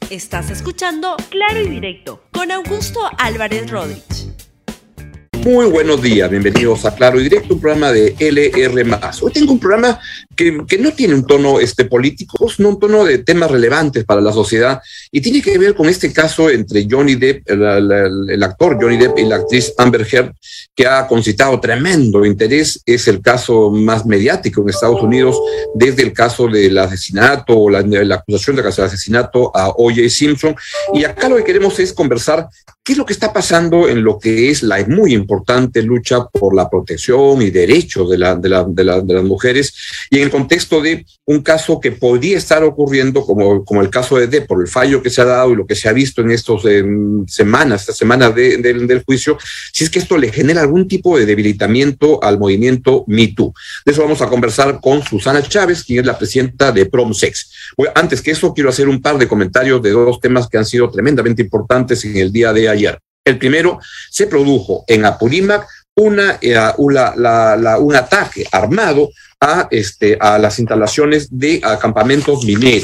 Estás escuchando Claro y Directo con Augusto Álvarez Rodríguez. Muy buenos días, bienvenidos a Claro y Directo, un programa de LR+. Hoy tengo un programa que no tiene un tono político, sino un tono de temas relevantes para la sociedad y tiene que ver con este caso entre Johnny Depp, el actor Johnny Depp y la actriz Amber Heard, que ha concitado tremendo interés. Es el caso más mediático en Estados Unidos desde el caso del asesinato o la acusación de asesinato a O.J. Simpson. Y acá lo que queremos es conversar qué es lo que está pasando en lo que es la muy importante lucha por la protección y derechos de las mujeres, y en el contexto de un caso que podría estar ocurriendo como el caso de Depp, por el fallo que se ha dado y lo que se ha visto en estas semanas del juicio, si es que esto le genera algún tipo de debilitamiento al movimiento Me Too. De eso vamos a conversar con Susana Chávez, quien es la presidenta de PromSex. Bueno, antes que eso, quiero hacer un par de comentarios de dos temas que han sido tremendamente importantes en el día de ayer. El primero, se produjo en Apurímac un ataque armado a las instalaciones de campamentos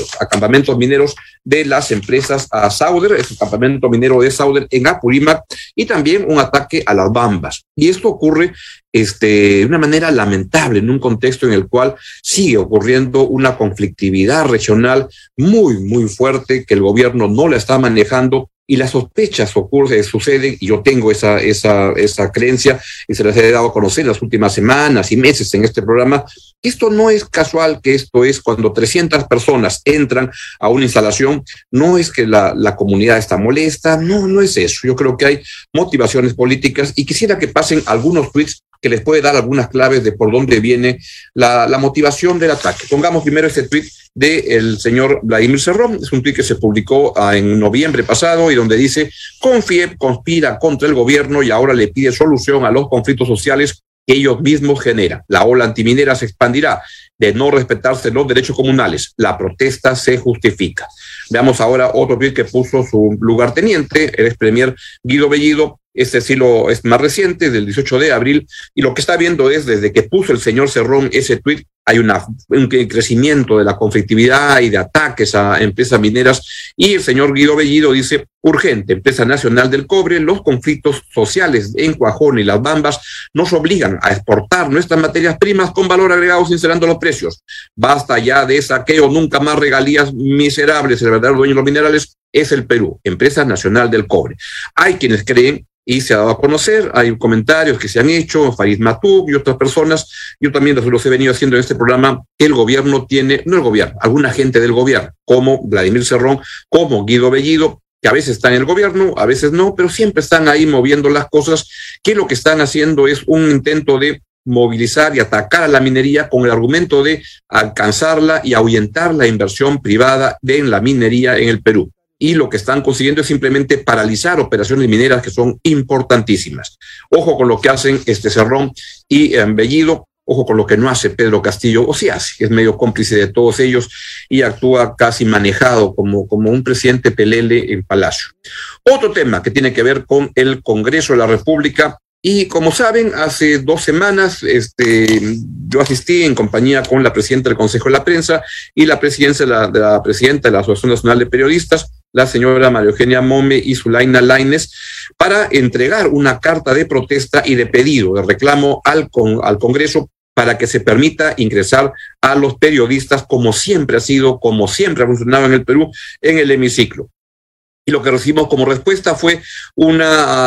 mineros de las empresas a Sauder, es el campamento minero de Sauder en Apurímac, y también un ataque a las Bambas. Y esto ocurre de una manera lamentable en un contexto en el cual sigue ocurriendo una conflictividad regional muy, muy fuerte que el gobierno no la está manejando. Y las sospechas suceden, y yo tengo esa creencia, y se las he dado a conocer en las últimas semanas y meses en este programa, que esto no es casual, que esto es cuando 300 personas entran a una instalación, no es que la comunidad está molesta, no es eso. Yo creo que hay motivaciones políticas, y quisiera que pasen algunos tweets que les puede dar algunas claves de por dónde viene la motivación del ataque. Pongamos primero este tweet del señor Vladimir Cerrón. Es un tuit que se publicó en noviembre pasado y donde dice: CONFIEP conspira contra el gobierno y ahora le pide solución a los conflictos sociales que ellos mismos generan. La ola antiminera se expandirá. De no respetarse los derechos comunales, la protesta se justifica. Veamos ahora otro tuit que puso su lugarteniente, el ex premier Guido Bellido. Este sí es más reciente, del 18 de abril, y lo que está viendo es, desde que puso el señor Cerrón ese tuit, hay un crecimiento de la conflictividad y de ataques a empresas mineras, y el señor Guido Bellido dice: urgente, Empresa Nacional del Cobre, los conflictos sociales en Cuajón y las Bambas nos obligan a exportar nuestras materias primas con valor agregado sincerando los precios. Basta ya de saqueo, nunca más regalías miserables. El verdadero dueño de los minerales es el Perú, Empresa Nacional del Cobre. Hay quienes creen, y se ha dado a conocer, hay comentarios que se han hecho, Farid Matub y otras personas, yo también los he venido haciendo en este programa, que el gobierno alguna gente del gobierno, como Vladimir Cerrón, como Guido Bellido, que a veces están en el gobierno, a veces no, pero siempre están ahí moviendo las cosas, que lo que están haciendo es un intento de movilizar y atacar a la minería con el argumento de alcanzarla y ahuyentar la inversión privada en la minería en el Perú. Y lo que están consiguiendo es simplemente paralizar operaciones mineras que son importantísimas. Ojo con lo que hacen Cerrón y Bellido, ojo con lo que no hace Pedro Castillo, o sí hace, que es medio cómplice de todos ellos y actúa casi manejado como un presidente pelele en Palacio. Otro tema que tiene que ver con el Congreso de la República. Y como saben, hace 2 semanas yo asistí en compañía con la presidenta del Consejo de la Prensa y la presidenta de la Asociación Nacional de Periodistas, la señora María Eugenia Mome y Zulaina Lainez, para entregar una carta de protesta y de pedido, de reclamo al Congreso para que se permita ingresar a los periodistas como siempre ha funcionado en el Perú, en el hemiciclo. Y lo que recibimos como respuesta fue un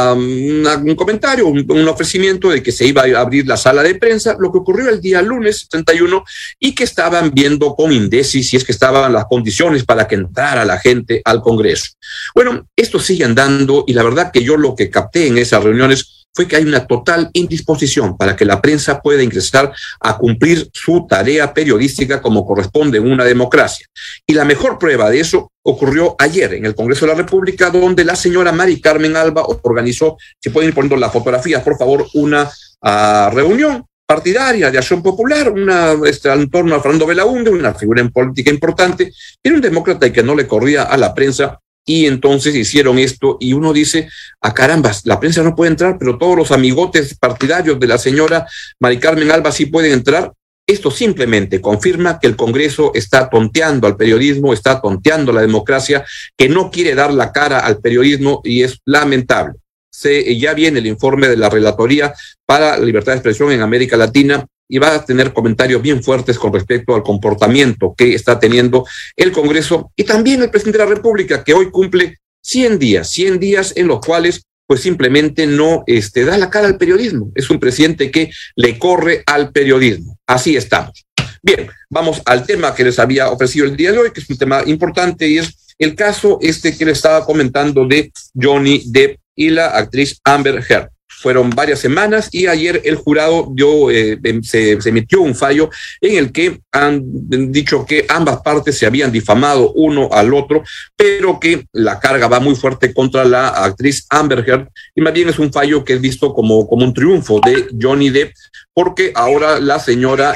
comentario, un ofrecimiento de que se iba a abrir la sala de prensa, lo que ocurrió el día lunes 31, y que estaban viendo con INDECI si es que estaban las condiciones para que entrara la gente al Congreso. Bueno, esto sigue andando, y la verdad que yo lo que capté en esas reuniones fue que hay una total indisposición para que la prensa pueda ingresar a cumplir su tarea periodística como corresponde en una democracia. Y la mejor prueba de eso ocurrió ayer en el Congreso de la República, donde la señora Mari Carmen Alba organizó, si pueden ir poniendo las fotografías, por favor, una reunión partidaria de Acción Popular, en torno a Fernando Belaúnde, una figura en política importante, era un demócrata y que no le corría a la prensa. Y entonces hicieron esto, y uno dice: carambas, la prensa no puede entrar, pero todos los amigotes partidarios de la señora Mari Carmen Alba sí pueden entrar. Esto simplemente confirma que el Congreso está tonteando al periodismo, está tonteando a la democracia, que no quiere dar la cara al periodismo y es lamentable. Ya viene el informe de la Relatoría para la Libertad de Expresión en América Latina y va a tener comentarios bien fuertes con respecto al comportamiento que está teniendo el Congreso y también el presidente de la República, que hoy cumple 100 días en los cuales pues simplemente no da la cara al periodismo. Es un presidente que le corre al periodismo. Así estamos. Bien, vamos al tema que les había ofrecido el día de hoy, que es un tema importante y es el caso que les estaba comentando de Johnny Depp y la actriz Amber Heard. Fueron varias semanas y ayer el jurado se emitió un fallo en el que han dicho que ambas partes se habían difamado uno al otro, pero que la carga va muy fuerte contra la actriz Amber Heard y más bien es un fallo que es visto como un triunfo de Johnny Depp, porque ahora la señora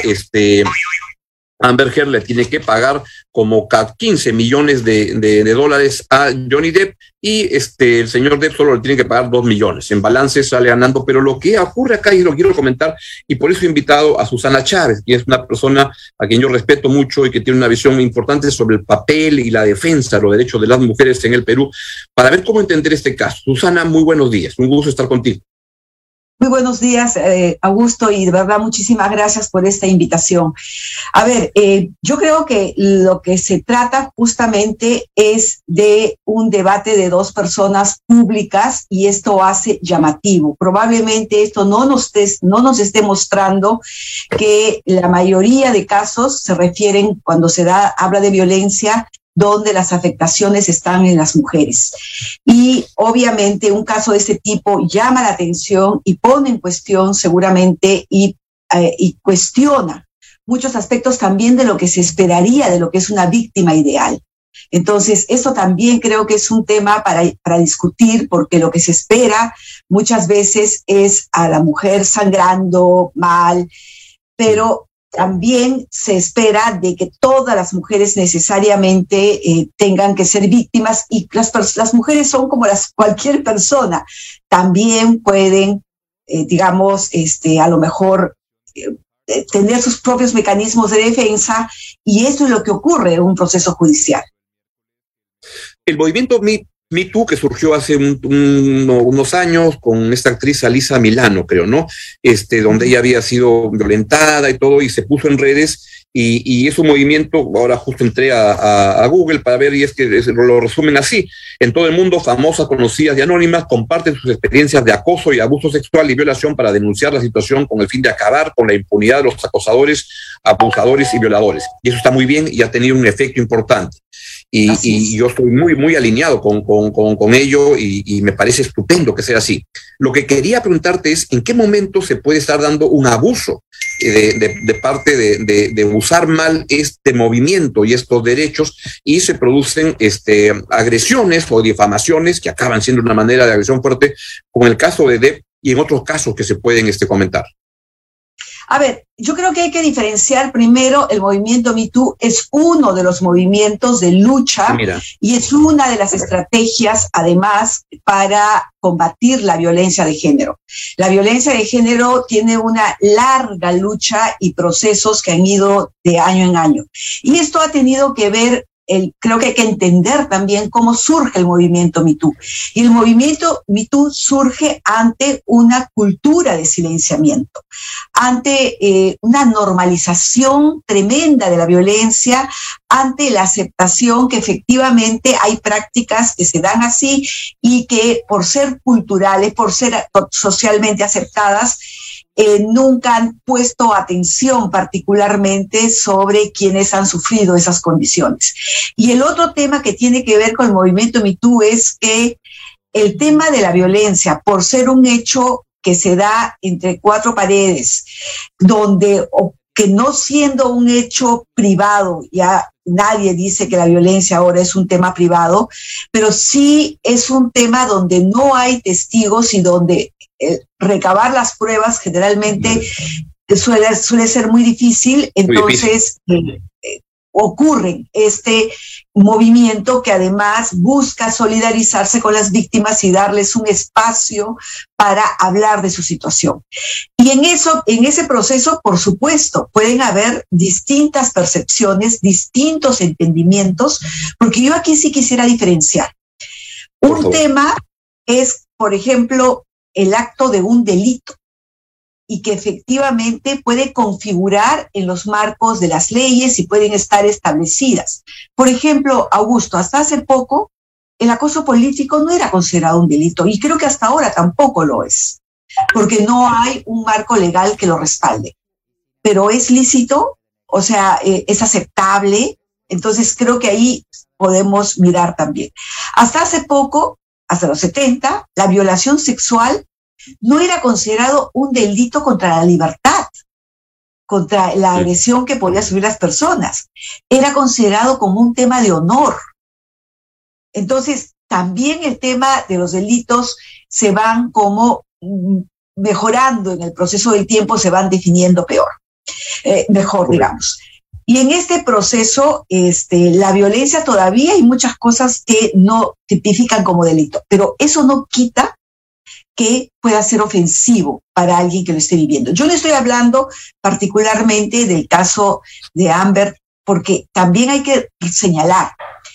Amber Heard le tiene que pagar como 15 millones de dólares a Johnny Depp y el señor Depp solo le tiene que pagar 2 millones. En balance sale ganando, pero lo que ocurre acá, y lo quiero comentar, y por eso he invitado a Susana Chávez, que es una persona a quien yo respeto mucho y que tiene una visión importante sobre el papel y la defensa de los derechos de las mujeres en el Perú, para ver cómo entender este caso. Susana, muy buenos días, un gusto estar contigo. Muy buenos días, Augusto, y de verdad muchísimas gracias por esta invitación. A ver, yo creo que lo que se trata justamente es de un debate de dos personas públicas y esto hace llamativo. Probablemente esto no nos esté mostrando que la mayoría de casos se refieren, cuando habla de violencia, donde las afectaciones están en las mujeres. Y obviamente un caso de este tipo llama la atención y pone en cuestión seguramente y cuestiona muchos aspectos también de lo que se esperaría de lo que es una víctima ideal. Entonces, esto también creo que es un tema para discutir, porque lo que se espera muchas veces es a la mujer sangrando mal, pero también se espera de que todas las mujeres necesariamente tengan que ser víctimas y las mujeres son como cualquier persona. También pueden, a lo mejor tener sus propios mecanismos de defensa y eso es lo que ocurre en un proceso judicial. El movimiento Me Too, que surgió hace unos años con esta actriz Alyssa Milano, creo, ¿no? Donde ella había sido violentada y todo, y se puso en redes, y es un movimiento, ahora justo entré a Google para ver, y es que lo resumen así: en todo el mundo, famosas, conocidas y anónimas comparten sus experiencias de acoso y abuso sexual y violación para denunciar la situación con el fin de acabar con la impunidad de los acosadores, abusadores y violadores. Y eso está muy bien y ha tenido un efecto importante. Y yo estoy muy, muy alineado con ello y me parece estupendo que sea así. Lo que quería preguntarte es, ¿en qué momento se puede estar dando un abuso de parte de usar mal este movimiento y estos derechos y se producen agresiones o difamaciones que acaban siendo una manera de agresión fuerte, como en el caso de Depp y en otros casos que se pueden comentar? A ver, yo creo que hay que diferenciar primero. El movimiento Me Too es uno de los movimientos de lucha y es una de las estrategias, además, para combatir la violencia de género. La violencia de género tiene una larga lucha y procesos que han ido de año en año. Y esto ha tenido que ver, creo que hay que entender también cómo surge el movimiento Me Too. Y el movimiento Me Too surge ante una cultura de silenciamiento, ante una normalización tremenda de la violencia, ante la aceptación que efectivamente hay prácticas que se dan así y que por ser culturales, por ser socialmente aceptadas, nunca han puesto atención particularmente sobre quienes han sufrido esas condiciones. Y el otro tema que tiene que ver con el movimiento Me Too es que el tema de la violencia, por ser un hecho que se da entre cuatro paredes, que no siendo un hecho privado, ya nadie dice que la violencia ahora es un tema privado, pero sí es un tema donde no hay testigos y donde recabar las pruebas generalmente suele ser muy difícil. Entonces, ocurren este movimiento que además busca solidarizarse con las víctimas y darles un espacio para hablar de su situación. Y en ese proceso, por supuesto, pueden haber distintas percepciones, distintos entendimientos, porque yo aquí sí quisiera diferenciar. Un tema es, por ejemplo, el acto de un delito, y que efectivamente puede configurar en los marcos de las leyes y pueden estar establecidas. Por ejemplo, Augusto, hasta hace poco el acoso político no era considerado un delito y creo que hasta ahora tampoco lo es, porque no hay un marco legal que lo respalde. Pero es lícito, o sea, es aceptable, entonces creo que ahí podemos mirar también. Hasta hace poco, hasta los 70, la violación sexual no era considerado un delito contra la libertad, contra la agresión que podían sufrir las personas. Era considerado como un tema de honor. Entonces, también el tema de los delitos se van como mejorando en el proceso del tiempo, se van definiendo mejor, digamos. Y en este proceso, la violencia todavía hay muchas cosas que no tipifican como delito, pero eso no quita que pueda ser ofensivo para alguien que lo esté viviendo. Yo le estoy hablando particularmente del caso de Amber, porque también hay que señalar,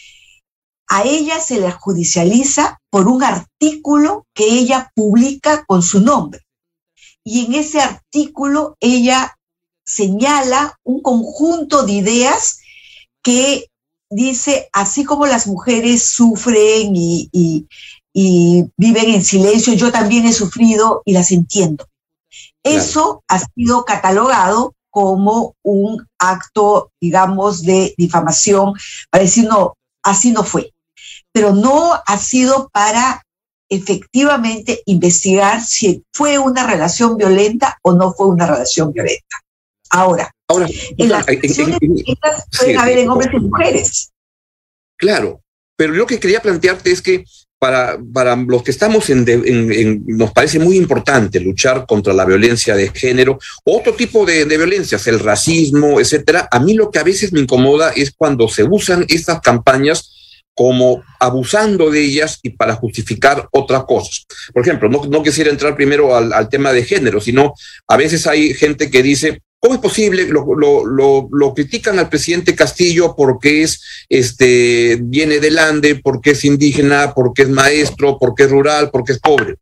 a ella se le judicializa por un artículo que ella publica con su nombre. Y en ese artículo ella señala un conjunto de ideas que dice, así como las mujeres sufren y viven en silencio, yo también he sufrido y las entiendo. Claro. Eso ha sido catalogado como un acto, digamos, de difamación, para decir, no, así no fue. Pero no ha sido para efectivamente investigar si fue una relación violenta o no fue una relación violenta. Ahora en las relaciones violentas pueden haber en hombres y mujeres. Claro, pero lo que quería plantearte es que para los que estamos nos parece muy importante luchar contra la violencia de género, otro tipo de violencias, el racismo, etcétera. A mí lo que a veces me incomoda es cuando se usan estas campañas como abusando de ellas y para justificar otras cosas. Por ejemplo, no quisiera entrar primero al tema de género, sino a veces hay gente que dice, ¿cómo es posible? Lo critican al presidente Castillo porque viene del Ande, porque es indígena, porque es maestro, porque es rural, porque es pobre.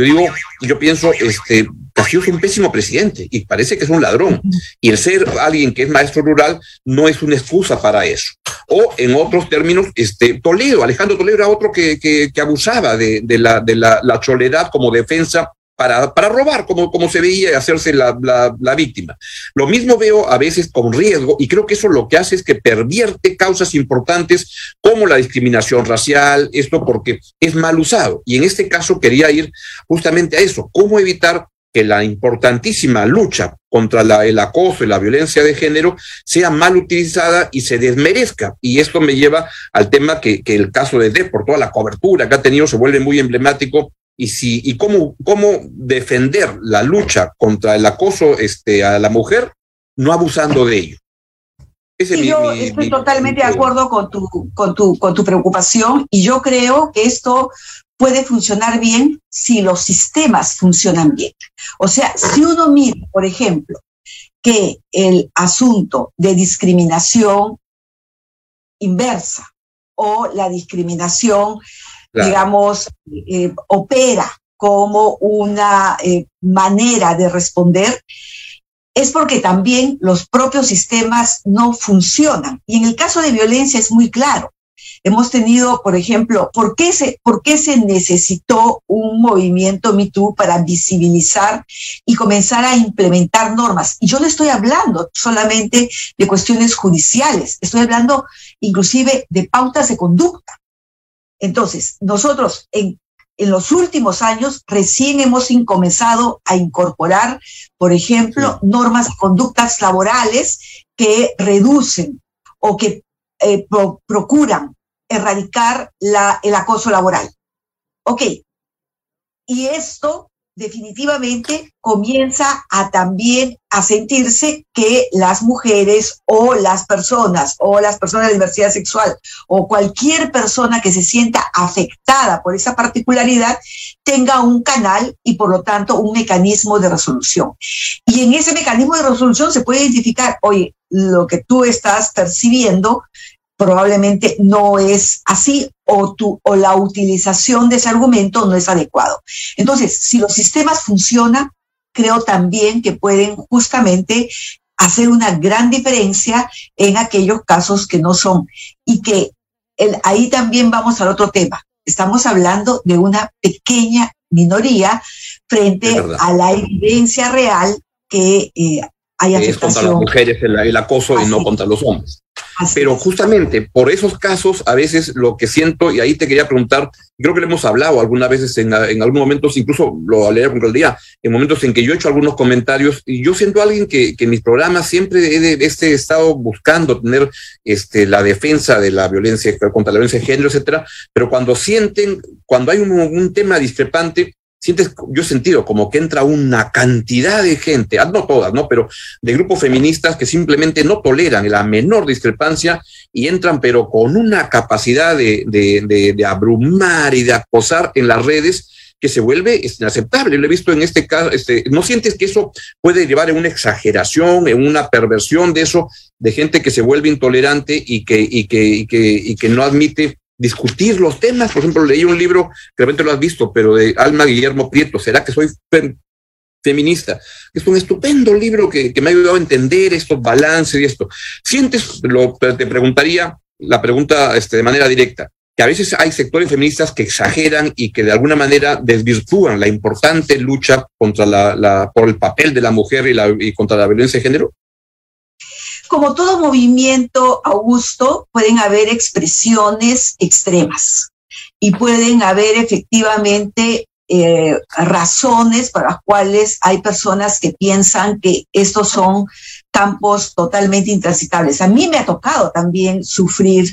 Yo pienso, Castillo es un pésimo presidente y parece que es un ladrón. Y el ser alguien que es maestro rural no es una excusa para eso. O en otros términos, Alejandro Toledo era otro que abusaba de la choledad como defensa para robar, como se veía, y hacerse la víctima. Lo mismo veo a veces con riesgo, y creo que eso lo que hace es que pervierte causas importantes como la discriminación racial, esto porque es mal usado. Y en este caso quería ir justamente a eso, cómo evitar que la importantísima lucha contra el acoso y la violencia de género sea mal utilizada y se desmerezca. Y esto me lleva al tema que el caso de Dep, por toda la cobertura que ha tenido, se vuelve muy emblemático. Y cómo defender la lucha contra el acoso a la mujer, no abusando de ello. Yo estoy totalmente de acuerdo con tu preocupación, y yo creo que esto puede funcionar bien si los sistemas funcionan bien. O sea, si uno mira, por ejemplo, que el asunto de discriminación inversa o la discriminación, claro, digamos, opera como una manera de responder, es porque también los propios sistemas no funcionan. Y en el caso de violencia es muy claro. Hemos tenido, por ejemplo, ¿por qué se necesitó un movimiento Me Too para visibilizar y comenzar a implementar normas? Y yo no estoy hablando solamente de cuestiones judiciales, estoy hablando inclusive de pautas de conducta. Entonces, nosotros en los últimos años recién hemos comenzado a incorporar, por ejemplo, normas y conductas laborales que reducen o que procuran erradicar el acoso laboral. Ok, y esto definitivamente comienza a también a sentirse que las mujeres o las personas de diversidad sexual o cualquier persona que se sienta afectada por esa particularidad tenga un canal y por lo tanto un mecanismo de resolución. Y en ese mecanismo de resolución se puede identificar, oye, lo que tú estás percibiendo probablemente no es así o la utilización de ese argumento no es adecuado. Entonces, si los sistemas funcionan, creo también que pueden justamente hacer una gran diferencia en aquellos casos que no son. Y que ahí también vamos al otro tema. Estamos hablando de una pequeña minoría frente a la evidencia real que hay afectación. Es contra las mujeres el acoso y no contra los hombres. Pero justamente por esos casos, a veces lo que siento, y ahí te quería preguntar, creo que lo hemos hablado algunas veces en algunos momentos, incluso lo hablé con el día, en momentos en que yo he hecho algunos comentarios, y yo siento a alguien que en mis programas siempre he estado buscando tener la defensa de la violencia, contra la violencia de género, etcétera, pero cuando hay un tema discrepante, yo he sentido como que entra una cantidad de gente, no todas, ¿no? Pero de grupos feministas que simplemente no toleran la menor discrepancia y entran, pero con una capacidad de abrumar y de acosar en las redes que se vuelve inaceptable. Lo he visto en este caso. ¿No sientes que eso puede llevar a una exageración, en una perversión de eso, de gente que se vuelve intolerante y que no admite discutir los temas? Por ejemplo, leí un libro, que realmente lo has visto, pero de Alma Guillermo Prieto, ¿será que soy feminista? Es un estupendo libro que me ha ayudado a entender estos balances y esto. ¿Sientes, te preguntaría la pregunta de manera directa, que a veces hay sectores feministas que exageran y que de alguna manera desvirtúan la importante lucha contra por el papel de la mujer y contra la violencia de género? Como todo movimiento, Augusto, pueden haber expresiones extremas y pueden haber efectivamente razones para las cuales hay personas que piensan que estos son campos totalmente intransitables. A mí me ha tocado también sufrir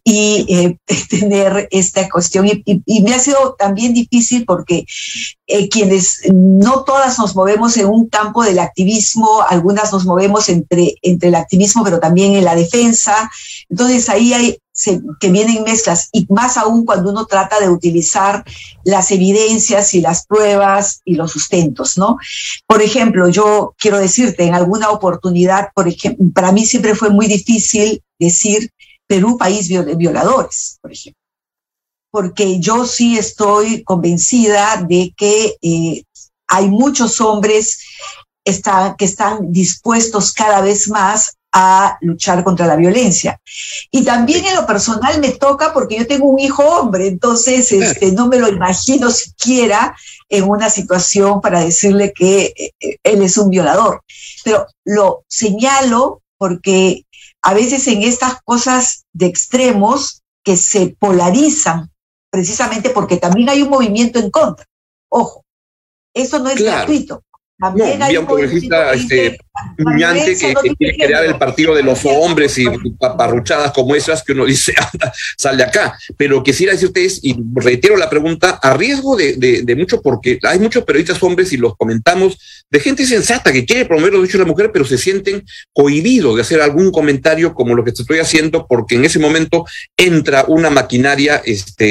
y tener esta cuestión y me ha sido también difícil porque quienes no todas nos movemos en un campo del activismo, algunas nos movemos entre el activismo pero también en la defensa, entonces ahí que vienen mezclas, y más aún cuando uno trata de utilizar las evidencias y las pruebas y los sustentos, ¿no? Por ejemplo, yo quiero decirte, en alguna oportunidad, por ejemplo, para mí siempre fue muy difícil decir Perú, país de violadores, por ejemplo, porque yo sí estoy convencida de que hay muchos hombres que están dispuestos cada vez más a luchar contra la violencia. Y también en lo personal me toca porque yo tengo un hijo hombre, entonces no me lo imagino siquiera en una situación para decirle que él es un violador. Pero lo señalo porque a veces en estas cosas de extremos que se polarizan, precisamente porque también hay un movimiento en contra. Ojo, eso no es gratuito. También hay un congresista humillante que quiere crear el partido de los hombres y paparruchadas como esas que uno dice, anda, sale acá. Pero quisiera decirte, y reitero la pregunta, a riesgo de mucho, porque hay muchos periodistas hombres, y los comentamos, de gente sensata que quiere promover los derechos de la mujer, pero se sienten cohibidos de hacer algún comentario como lo que te estoy haciendo, porque en ese momento entra una maquinaria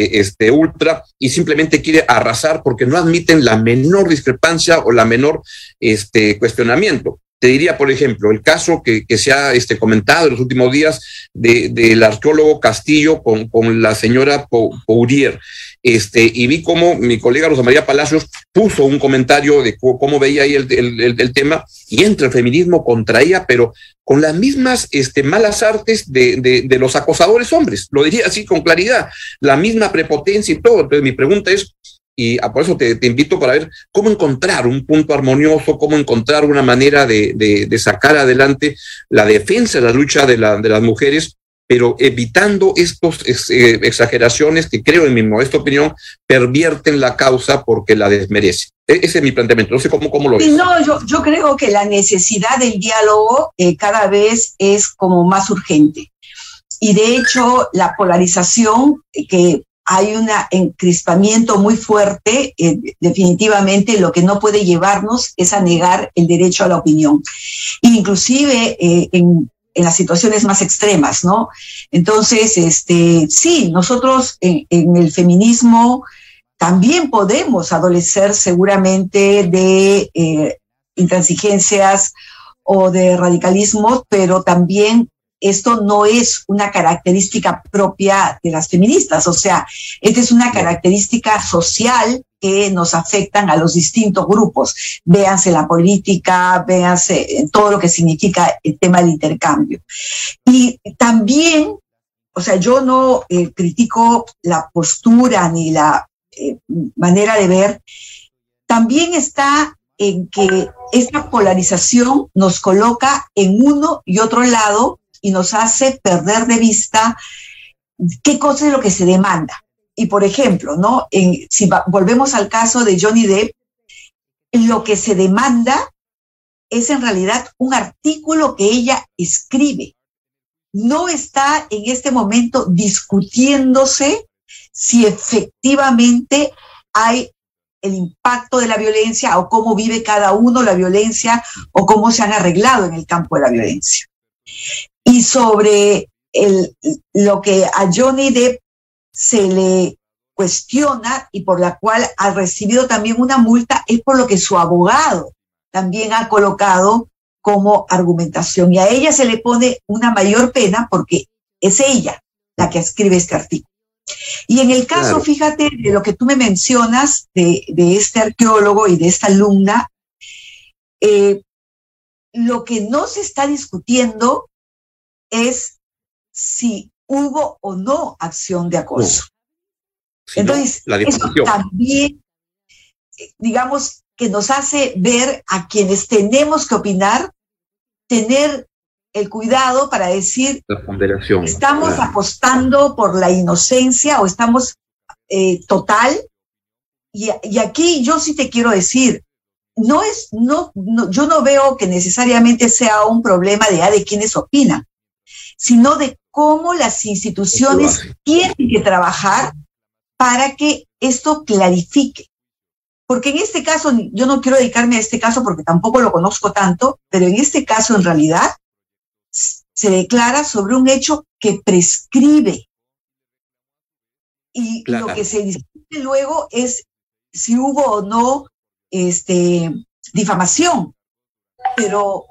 ultra y simplemente quiere arrasar porque no admiten la menor discrepancia o la menor cuestionamiento. Te diría, por ejemplo, el caso que se ha comentado en los últimos días del arqueólogo Castillo con la señora Pourier. Y vi cómo mi colega Rosa María Palacios puso un comentario de cómo veía ahí el tema, y entra el feminismo contra ella, pero con las mismas malas artes de los acosadores hombres. Lo diría así con claridad, la misma prepotencia y todo. Entonces mi pregunta es, y por eso te invito para ver cómo encontrar un punto armonioso, cómo encontrar una manera de sacar adelante la defensa, la lucha de las mujeres, pero evitando estas exageraciones que creo, en mi modesta opinión, pervierten la causa porque la desmerecen. Ese es mi planteamiento. No sé cómo lo ves. No, yo creo que la necesidad del diálogo cada vez es como más urgente. Y de hecho, la polarización que hay un encrispamiento muy fuerte. Definitivamente lo que no puede llevarnos es a negar el derecho a la opinión, inclusive en las situaciones más extremas, ¿no? Entonces, sí, nosotros en el feminismo también podemos adolecer seguramente de intransigencias o de radicalismo, pero también esto no es una característica propia de las feministas, o sea, esta es una característica social que nos afectan a los distintos grupos. Véanse la política, véanse todo lo que significa el tema del intercambio. Y también, o sea, yo no critico la postura ni la manera de ver, también está en que esta polarización nos coloca en uno y otro lado y nos hace perder de vista qué cosa es lo que se demanda. Y por ejemplo, ¿no? Si volvemos al caso de Johnny Depp, lo que se demanda es en realidad un artículo que ella escribe. No está en este momento discutiéndose si efectivamente hay el impacto de la violencia o cómo vive cada uno la violencia o cómo se han arreglado en el campo de la violencia. Y sobre lo que a Johnny Depp se le cuestiona y por la cual ha recibido también una multa es por lo que su abogado también ha colocado como argumentación. Y a ella se le pone una mayor pena porque es ella la que escribe este artículo. Y en el caso, claro, fíjate, de lo que tú me mencionas, de este arqueólogo y de esta alumna, lo que no se está discutiendo es si hubo o no acción de acoso. Sí, entonces, no, eso también, digamos, que nos hace ver a quienes tenemos que opinar, tener el cuidado para decir, estamos apostando por la inocencia o estamos total. Y aquí yo sí te quiero decir, yo no veo que necesariamente sea un problema de quienes opinan, sino de cómo las instituciones tienen que trabajar para que esto clarifique. Porque en este caso, yo no quiero dedicarme a este caso porque tampoco lo conozco tanto, pero en este caso en realidad se declara sobre un hecho que prescribe. Y claro, lo que se discute luego es si hubo o no difamación. Pero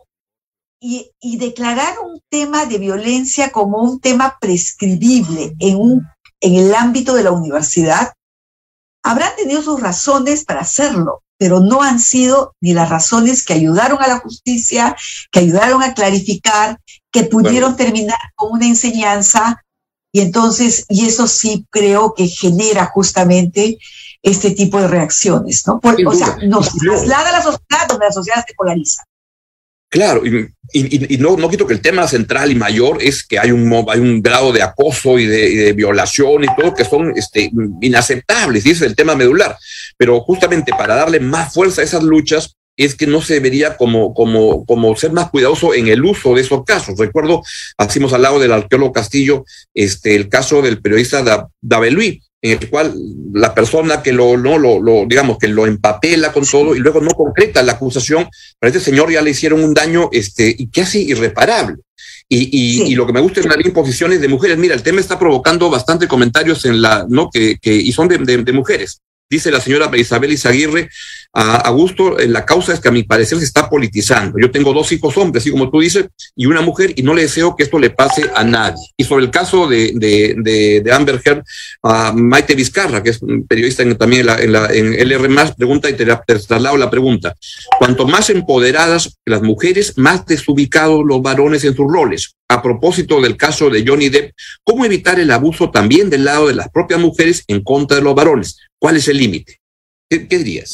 y declarar un tema de violencia como un tema prescribible en el ámbito de la universidad, habrán tenido sus razones para hacerlo, pero no han sido ni las razones que ayudaron a la justicia, que ayudaron a clarificar, que pudieron terminar con una enseñanza, y eso sí creo que genera justamente este tipo de reacciones, ¿no? O sea, nos traslada a la sociedad donde la sociedad se polariza. Claro, y no quito que el tema central y mayor es que hay un grado de acoso y de violación y todo que son inaceptables, y ese es el tema medular. Pero justamente para darle más fuerza a esas luchas es que no se debería como ser más cuidadoso en el uso de esos casos. Recuerdo, hacemos al lado del arqueólogo Castillo, el caso del periodista David Luiz, en el cual la persona que digamos que lo empapela con todo y luego no concreta la acusación, para este señor ya le hicieron un daño y casi irreparable. Y lo que me gusta es las imposiciones de mujeres. Mira, el tema está provocando bastante comentarios y son de mujeres. Dice la señora Isabel Izaguirre, Augusto, la causa es que a mi parecer se está politizando. Yo tengo 2 hijos hombres, así como tú dices, y una mujer, y no le deseo que esto le pase a nadie. Y sobre el caso de Amber Heard, Maite Vizcarra, que es periodista también en LR+, pregunta y te traslado la pregunta. Cuanto más empoderadas las mujeres, más desubicados los varones en sus roles. A propósito del caso de Johnny Depp, ¿cómo evitar el abuso también del lado de las propias mujeres en contra de los varones? ¿Cuál es el límite? ¿Qué dirías?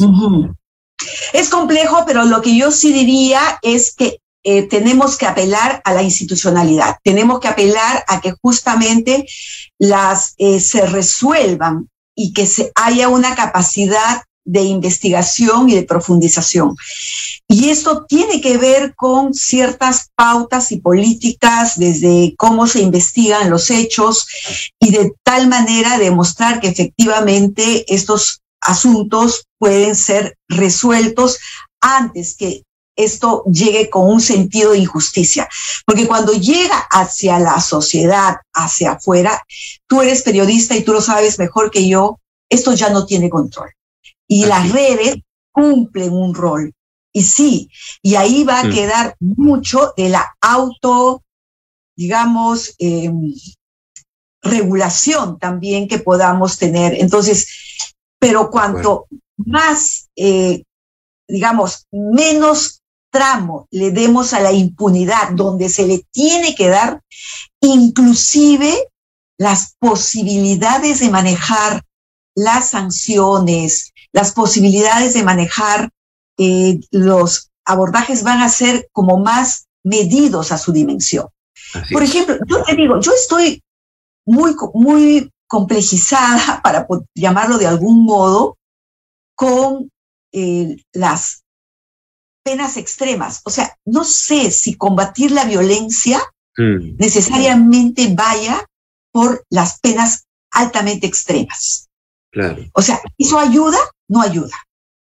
Es complejo, pero lo que yo sí diría es que tenemos que apelar a la institucionalidad. Tenemos que apelar a que justamente se resuelvan y que haya una capacidad de investigación y de profundización. Y esto tiene que ver con ciertas pautas y políticas, desde cómo se investigan los hechos y de tal manera demostrar que efectivamente estos asuntos pueden ser resueltos antes que esto llegue con un sentido de injusticia. Porque cuando llega hacia la sociedad, hacia afuera, tú eres periodista y tú lo sabes mejor que yo, esto ya no tiene control. Y las redes cumplen un rol. Y sí, y ahí va a quedar mucho de la digamos, regulación también que podamos tener. Entonces, pero cuanto más, digamos, menos tramo le demos a la impunidad, donde se le tiene que dar, inclusive las posibilidades de manejar las sanciones, las posibilidades de manejar los abordajes van a ser como más medidos a su dimensión. Por ejemplo, yo te digo, yo estoy muy complejizada, para llamarlo de algún modo, con las penas extremas. O sea, no sé si combatir la violencia necesariamente vaya por las penas altamente extremas. Claro. O sea, ¿eso ayuda? No ayuda.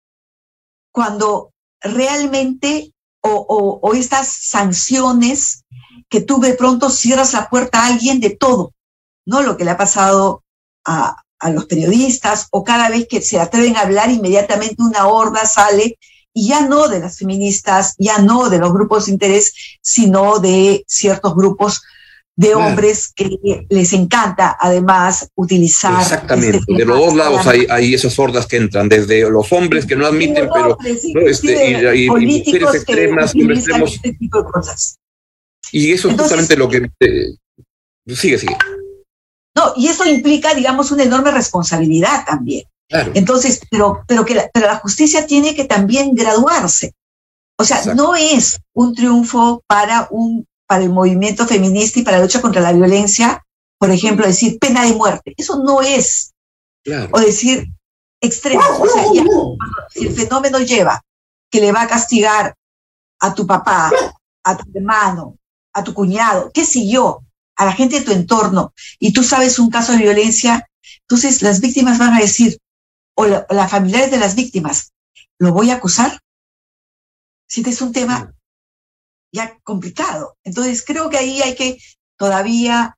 Cuando realmente, o estas sanciones que tú de pronto cierras la puerta a alguien de todo, ¿no? Lo que le ha pasado a los periodistas, o cada vez que se atreven a hablar, inmediatamente una horda sale, y ya no de las feministas, ya no de los grupos de interés, sino de ciertos grupos de hombres que les encanta además utilizar. Exactamente, de los dos lados hay esas hordas que entran, desde los hombres que no admiten, pero y mujeres extremas, hombres extremos. Este tipo de cosas. Y eso es justamente lo que... sigue. No, y eso implica, digamos, una enorme responsabilidad también. Claro. Entonces, pero la justicia tiene que también graduarse. O sea, no es un triunfo para el movimiento feminista y para la lucha contra la violencia, por ejemplo, decir pena de muerte. Eso no es. Claro. O decir extremo. O sea, ya, si el fenómeno lleva que le va a castigar a tu papá, a tu hermano, a tu cuñado, qué sé yo, a la gente de tu entorno, y tú sabes un caso de violencia, entonces las víctimas van a decir, o las familiares de las víctimas, ¿lo voy a acusar? Si este es un tema ya complicado. Entonces creo que ahí hay que todavía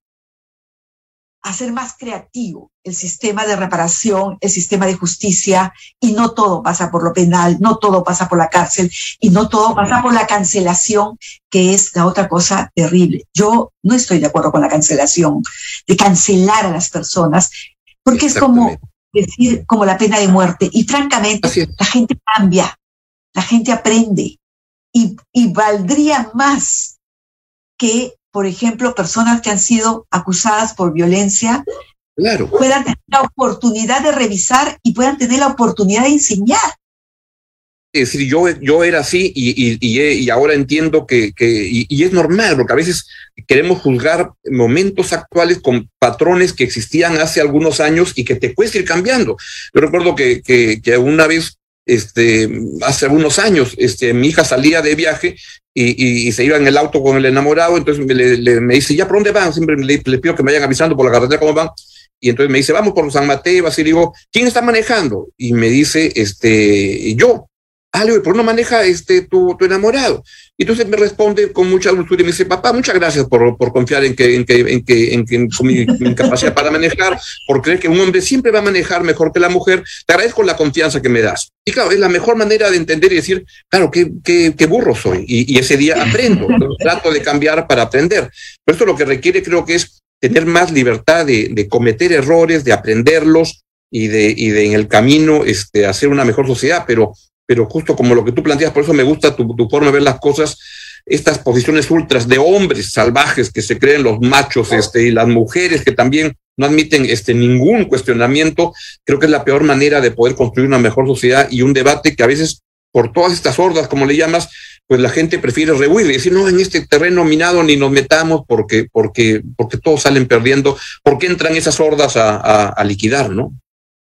hacer más creativo el sistema de reparación, el sistema de justicia, y no todo pasa por lo penal, no todo pasa por la cárcel, y no todo pasa por la cancelación, que es la otra cosa terrible. Yo no estoy de acuerdo con la cancelación, de cancelar a las personas, porque es como decir, como la pena de muerte, y francamente la gente cambia, la gente aprende, y valdría más que, por ejemplo, personas que han sido acusadas por violencia puedan tener la oportunidad de revisar y puedan tener la oportunidad de enseñar. Es decir, yo era así y ahora entiendo que es normal, porque a veces queremos juzgar momentos actuales con patrones que existían hace algunos años y que te cuesta ir cambiando. Yo recuerdo que una vez, hace algunos años, mi hija salía de viaje y se iba en el auto con el enamorado, entonces me dice, ¿ya por dónde van? Siempre le pido que me vayan avisando por la carretera cómo van. Y entonces me dice, vamos por San Mateo, así. Le digo, ¿quién está manejando? Y me dice, yo. Le digo, ¿por qué no maneja tu enamorado? Y entonces me responde con mucha dulzura y me dice, papá, muchas gracias por confiar en mi capacidad para manejar, por creer que un hombre siempre va a manejar mejor que la mujer. Te agradezco la confianza que me das. Y claro, es la mejor manera de entender y decir, claro, qué burro soy. Y ese día aprendo, trato de cambiar para aprender. Pero esto lo que requiere, creo que es tener más libertad de cometer errores, de aprenderlos y de en el camino hacer una mejor sociedad, pero justo como lo que tú planteas, por eso me gusta tu forma de ver las cosas, estas posiciones ultras de hombres salvajes que se creen los machos, y las mujeres que también no admiten ningún cuestionamiento, creo que es la peor manera de poder construir una mejor sociedad y un debate que a veces, por todas estas hordas, como le llamas, pues la gente prefiere rehuir y decir, no, en este terreno minado ni nos metamos porque todos salen perdiendo, porque entran esas hordas a liquidar, ¿no?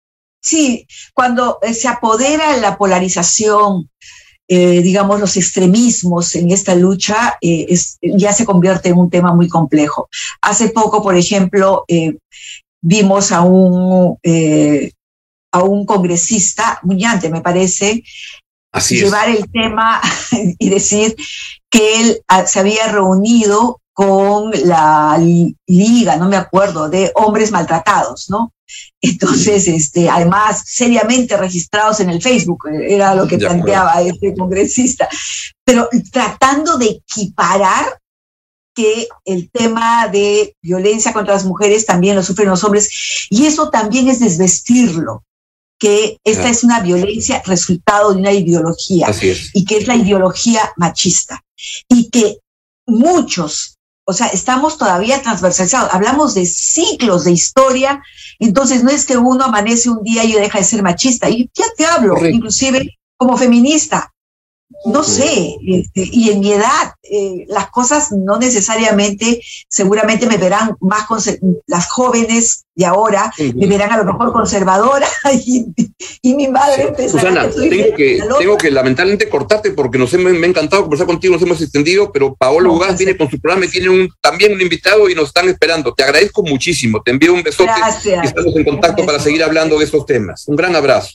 Sí, cuando se apodera la polarización, digamos, los extremismos en esta lucha, ya se convierte en un tema muy complejo. Hace poco, por ejemplo, vimos a un congresista, Muñante, me parece, llevar el tema y decir que él se había reunido con la liga, no me acuerdo, de hombres maltratados, ¿no? Entonces, además, seriamente registrados en el Facebook, era lo que planteaba este congresista, pero tratando de equiparar que el tema de violencia contra las mujeres también lo sufren los hombres, y eso también es desvestirlo, que esta es una violencia resultado de una ideología, y que es la ideología machista, y que muchos, o sea, estamos todavía transversalizados, hablamos de siglos de historia, entonces no es que uno amanece un día y deja de ser machista, y ya te hablo, inclusive como feminista, no sé, y en mi edad, las cosas no necesariamente, seguramente me verán más, las jóvenes de ahora, me verán a lo mejor conservadora, y mi madre Susana, tengo que lamentablemente cortarte porque me ha encantado conversar contigo, nos hemos extendido, pero Paolo Ugás viene con su programa y tiene también un invitado y nos están esperando. Te agradezco muchísimo, te envío un besote y estamos en contacto para seguir hablando de estos temas. Un gran abrazo.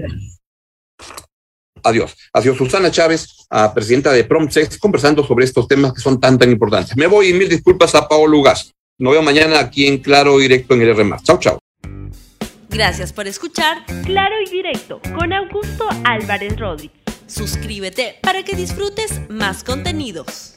Adiós. Ha sido Susana Chávez, presidenta de Promsex, conversando sobre estos temas que son tan importantes. Me voy y mil disculpas a Paolo Ugás. Nos vemos mañana aquí en Claro Directo en el R+. Chao, chao. Gracias por escuchar Claro y Directo con Augusto Álvarez Rodríguez. Suscríbete para que disfrutes más contenidos.